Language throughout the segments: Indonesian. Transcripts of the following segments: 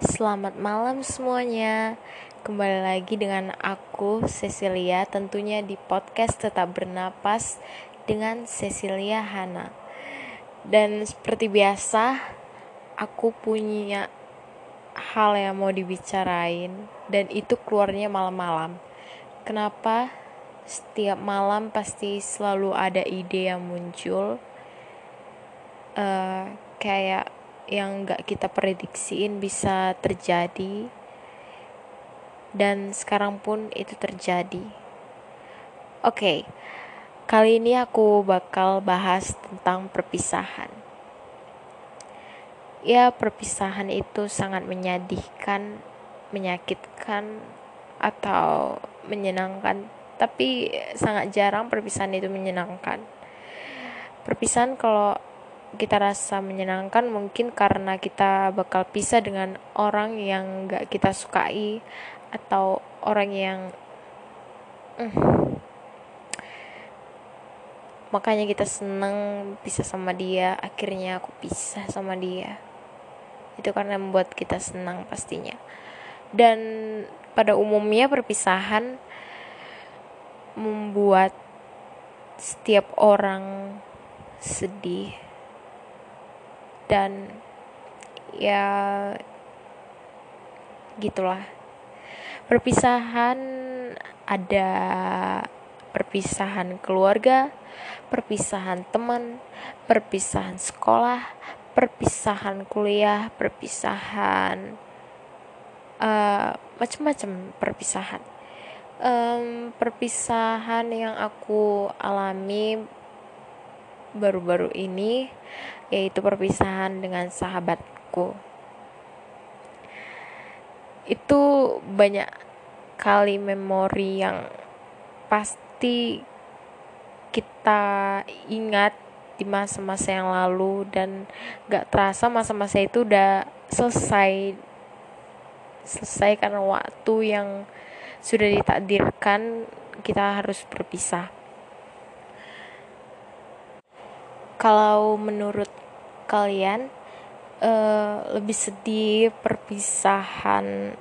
Selamat malam semuanya. Kembali lagi dengan aku Cecilia, tentunya di podcast Tetap Bernapas dengan Cecilia Hana. Dan seperti biasa, aku punya hal yang mau dibicarain, dan itu keluarnya malam-malam. Kenapa? Setiap malam pasti selalu ada ide yang muncul, kayak yang gak kita prediksiin bisa terjadi, dan sekarang pun itu terjadi. Oke, kali ini aku bakal bahas tentang perpisahan. Ya, perpisahan itu sangat menyedihkan, menyakitkan, atau menyenangkan. Tapi sangat jarang perpisahan itu menyenangkan. Perpisahan kalau kita rasa menyenangkan mungkin karena kita bakal pisah dengan orang yang gak kita sukai, atau orang yang makanya kita seneng pisah sama dia. Akhirnya aku pisah sama dia, itu karena membuat kita senang pastinya. Dan pada umumnya perpisahan membuat setiap orang sedih, dan ya gitulah. Perpisahan ada perpisahan keluarga, perpisahan teman, perpisahan sekolah, perpisahan kuliah, perpisahan macam-macam perpisahan. Perpisahan yang aku alami baru-baru ini yaitu perpisahan dengan sahabatku. Itu banyak kali memori yang pasti kita ingat di masa-masa yang lalu, dan gak terasa masa-masa itu udah selesai karena waktu yang sudah ditakdirkan kita harus berpisah. Kalau menurut kalian, lebih sedih perpisahan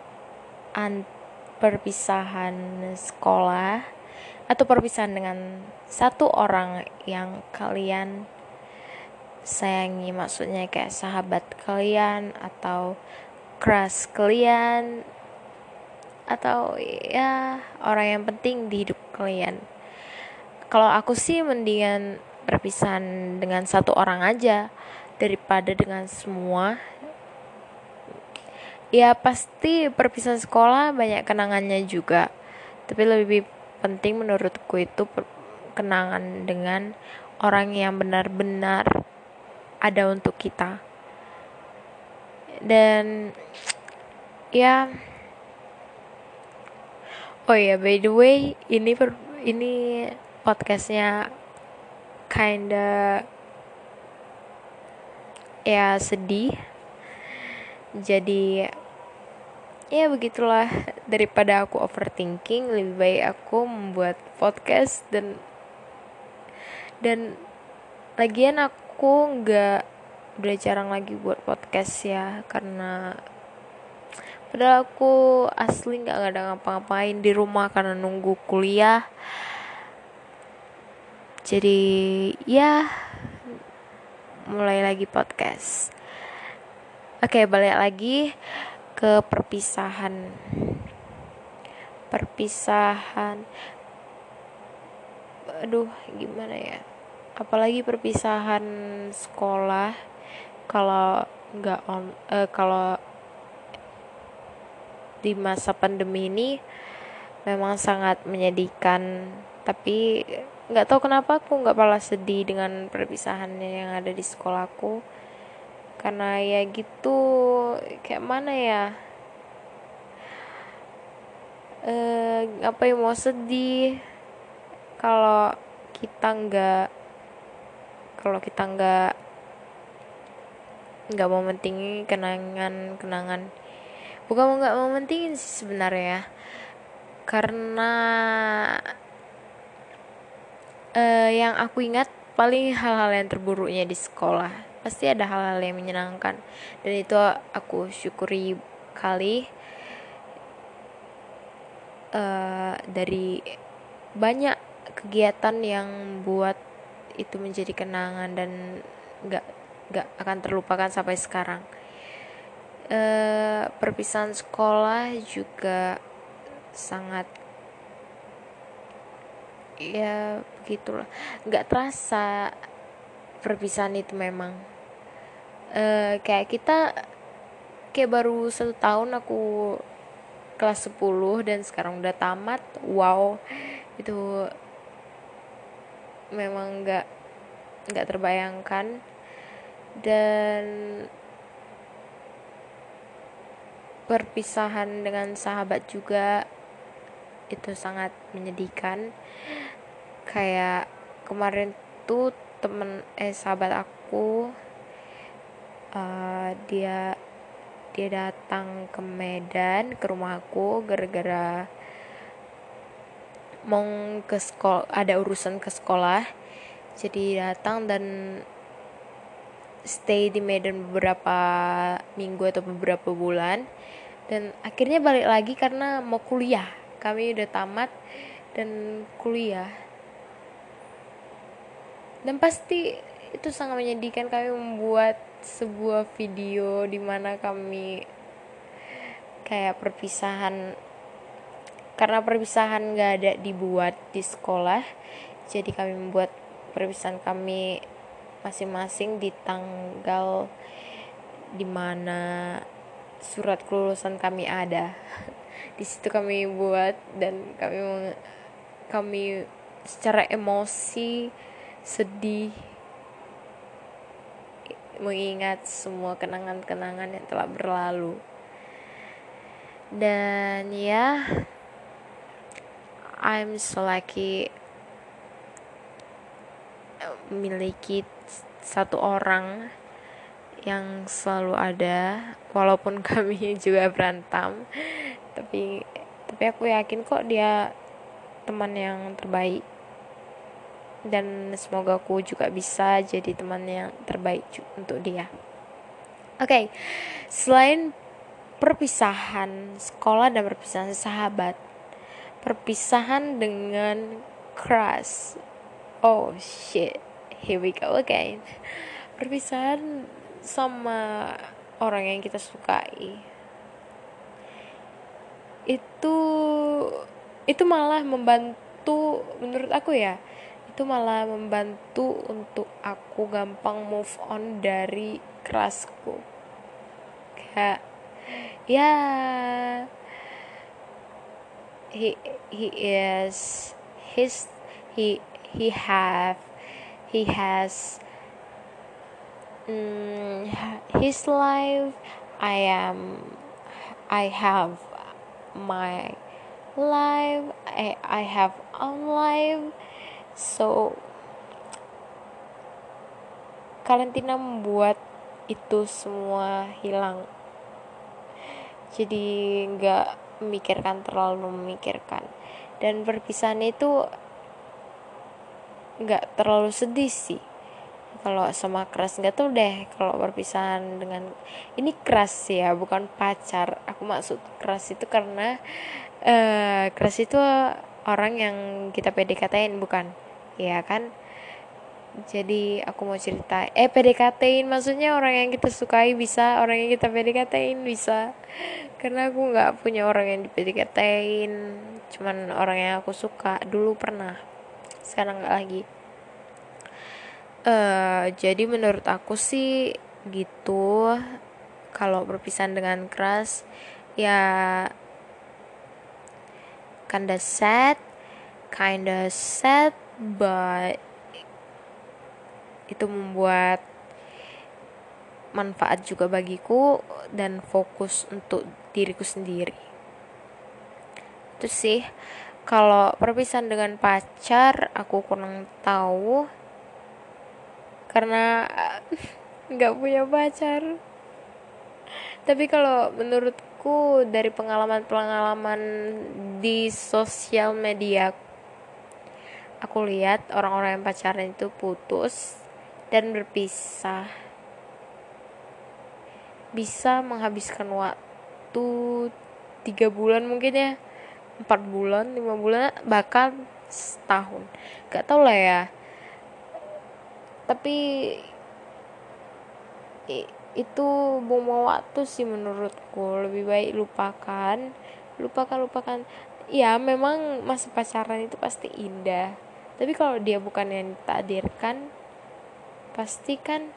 sekolah atau perpisahan dengan satu orang yang kalian sayangi, maksudnya kayak sahabat kalian atau crush kalian, atau ya orang yang penting di hidup kalian? Kalau aku sih mendingan perpisahan dengan satu orang aja daripada dengan semua. Ya pasti perpisahan sekolah banyak kenangannya juga, tapi lebih penting menurutku itu kenangan dengan orang yang benar-benar ada untuk kita. Dan ya, oh ya, by the way, ini podcastnya kinda ya sedih. Jadi ya begitulah, daripada aku overthinking, lebih baik aku membuat podcast. Dan lagian aku udah jarang lagi buat podcast ya, karena padahal aku asli gak ada ngapa-ngapain di rumah karena nunggu kuliah. Jadi ya, mulai lagi podcast. Oke, balik lagi ke perpisahan. Aduh, gimana ya? Apalagi perpisahan sekolah. Kalau di masa pandemi ini memang sangat menyedihkan. Tapi nggak tahu kenapa aku nggak malah sedih dengan perpisahannya yang ada di sekolahku. Karena ya gitu, kayak mana ya, apa yang mau sedih kalau kita nggak mau mentingin kenangan. Bukan nggak mau mentingin sih sebenarnya, karena yang aku ingat paling hal-hal yang terburuknya di sekolah. pasti ada hal-hal yang menyenangkan, dan itu aku syukuri kali. Dari banyak kegiatan yang buat itu menjadi kenangan dan nggak akan terlupakan sampai sekarang. Perpisahan sekolah juga sangat, ya begitulah, nggak terasa perpisahan itu memang. Kayak kita, kayak baru 1 tahun aku kelas 10 dan sekarang udah tamat. Wow, itu memang nggak terbayangkan. Dan perpisahan dengan sahabat juga itu sangat menyedihkan. Kayak kemarin tuh sahabat aku, dia datang ke Medan, ke rumahku, gara-gara mau ke sekolah, ada urusan ke sekolah. Jadi datang dan stay di Medan beberapa minggu atau beberapa bulan, dan akhirnya balik lagi karena mau kuliah. Kami udah tamat dan kuliah, dan pasti itu sangat menyedihkan. Kami membuat sebuah video di mana kami kayak perpisahan, karena perpisahan gak ada dibuat di sekolah, jadi kami membuat perpisahan kami masing-masing di tanggal dimana surat kelulusan kami ada. Di situ kami buat, dan kami secara emosi sedih mengingat semua kenangan-kenangan yang telah berlalu. Dan ya, I'm so lucky memiliki satu orang yang selalu ada, walaupun kami juga berantem, tapi aku yakin kok dia teman yang terbaik, dan semoga aku juga bisa jadi teman yang terbaik untuk dia. Oke, selain perpisahan sekolah dan perpisahan sahabat, perpisahan dengan crush. Oh shit, here we go again. Perpisahan sama orang yang kita sukai itu malah membantu, menurut aku ya, itu malah membantu untuk aku gampang move on dari crushku. Kayak ya, he is his he has his life. I have my life. I have own life. So karantina membuat itu semua hilang, jadi nggak terlalu memikirkan. Dan perpisahan itu nggak terlalu sedih sih. Kalau sama crush nggak tahu deh. Kalau perpisahan dengan ini crush ya, bukan pacar. Aku maksud crush itu karena crush itu orang yang kita PDKT-in, bukan? Ya kan? Jadi aku mau cerita, PDKT-in maksudnya orang yang kita sukai bisa, orang yang kita PDKT-in bisa. Karena aku nggak punya orang yang di PDKT-in, cuman orang yang aku suka. Dulu pernah, sekarang nggak lagi. Jadi menurut aku sih gitu. Kalau perpisahan dengan crush ya kinda sad, but itu membuat manfaat juga bagiku dan fokus untuk diriku sendiri. Itu sih. Kalau perpisahan dengan pacar aku kurang tahu, karena nggak punya pacar. Tapi kalau menurutku dari pengalaman di sosial media, aku lihat orang-orang yang pacaran itu putus dan berpisah bisa menghabiskan waktu 3 bulan mungkin ya, 4 bulan, 5 bulan, bahkan setahun, gak tau lah ya. Tapi itu buang waktu sih menurutku. Lebih baik lupakan. Ya memang masa pacaran itu pasti indah, tapi kalau dia bukan yang ditakdirkan, pasti kan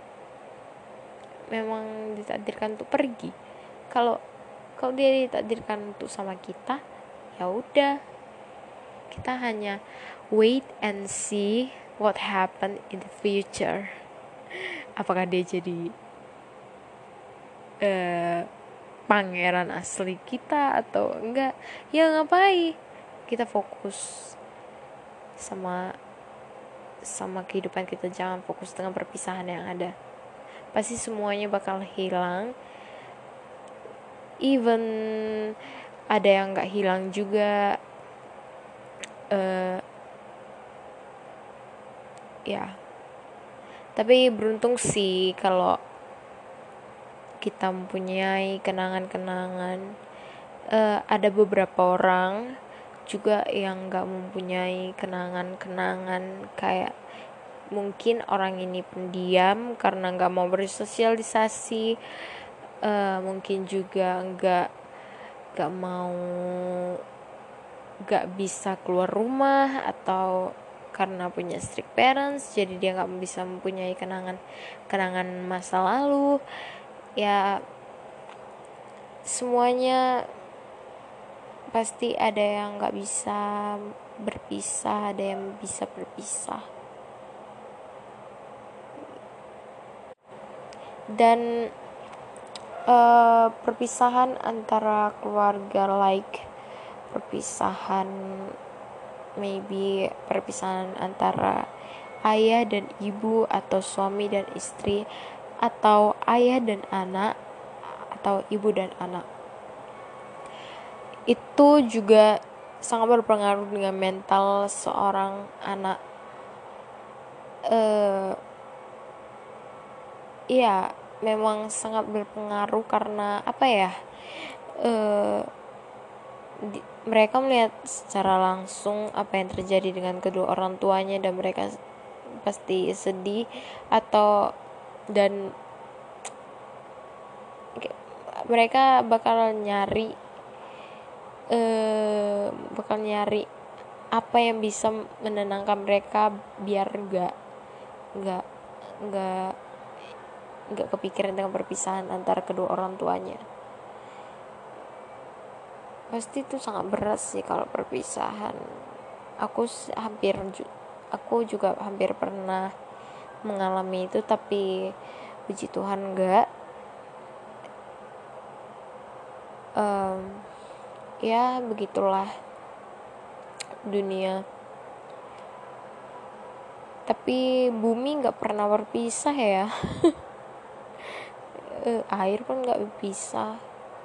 memang ditakdirkan untuk pergi. Kalau kalau dia ditakdirkan untuk sama kita, ya udah, kita hanya wait and see what happen in the future. Apakah dia jadi pangeran asli kita atau enggak, ya ngapain kita fokus sama kehidupan kita, jangan fokus dengan perpisahan yang ada. Pasti semuanya bakal hilang, even ada yang nggak hilang juga. Ya tapi beruntung sih kalau kita mempunyai kenangan-kenangan. Ada beberapa orang juga yang nggak mempunyai kenangan-kenangan, kayak mungkin orang ini pendiam karena nggak mau bersosialisasi, mungkin juga nggak bisa keluar rumah, atau karena punya strict parents jadi dia nggak bisa mempunyai kenangan masa lalu. Ya semuanya pasti ada yang nggak bisa berpisah, ada yang bisa berpisah. Dan perpisahan antara keluarga, like perpisahan, maybe perpisahan antara ayah dan ibu, atau suami dan istri, atau ayah dan anak, atau ibu dan anak, itu juga sangat berpengaruh dengan mental seorang anak. Iya, memang sangat berpengaruh karena apa ya? Mereka melihat secara langsung apa yang terjadi dengan kedua orang tuanya, dan mereka pasti sedih dan mereka bakal nyari apa yang bisa menenangkan mereka biar nggak kepikiran dengan perpisahan antara kedua orang tuanya. Pasti itu sangat berat sih kalau perpisahan. Aku juga hampir pernah mengalami itu, tapi puji Tuhan enggak. Ya begitulah dunia. Tapi bumi nggak pernah berpisah ya. Air pun nggak berpisah.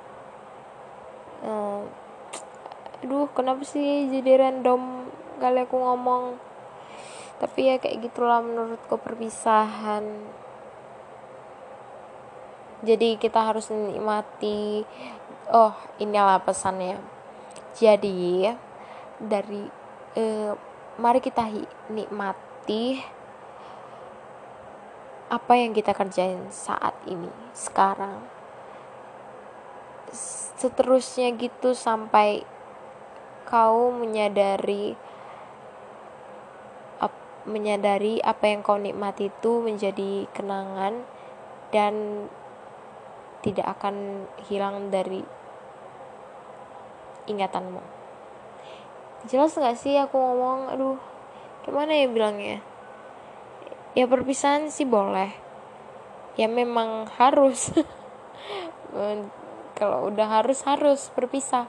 Aduh, kenapa sih jadi random kali aku ngomong. Tapi ya kayak gitulah menurutku perpisahan. Jadi kita harus menikmati. Oh, inilah pesannya. Jadi mari kita nikmati apa yang kita kerjain saat ini, sekarang. Seterusnya gitu sampai kau menyadari apa yang kau nikmati itu menjadi kenangan dan tidak akan hilang dari ingatanmu. Jelas gak sih aku ngomong? Aduh, gimana ya bilangnya? Ya perpisahan sih boleh, ya memang harus. Kalau udah harus berpisah.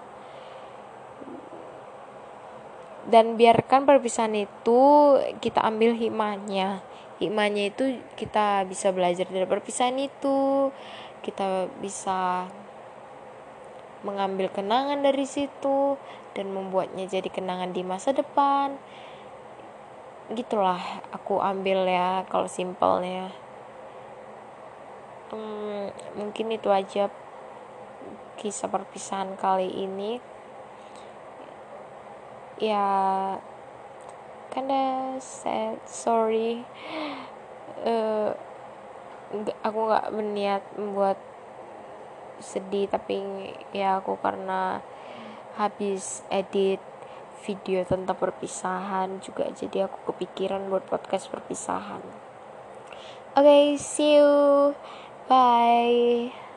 Dan biarkan perpisahan itu kita ambil hikmahnya itu kita bisa belajar dari perpisahan itu, kita bisa mengambil kenangan dari situ dan membuatnya jadi kenangan di masa depan. Gitulah aku ambil ya kalau simpelnya. Mungkin itu aja kisah perpisahan kali ini. Ya, kinda sad, sorry. Aku nggak berniat membuat sedih, tapi ya aku karena habis edit video tentang perpisahan juga, jadi aku kepikiran buat podcast perpisahan. Okay, see you, bye.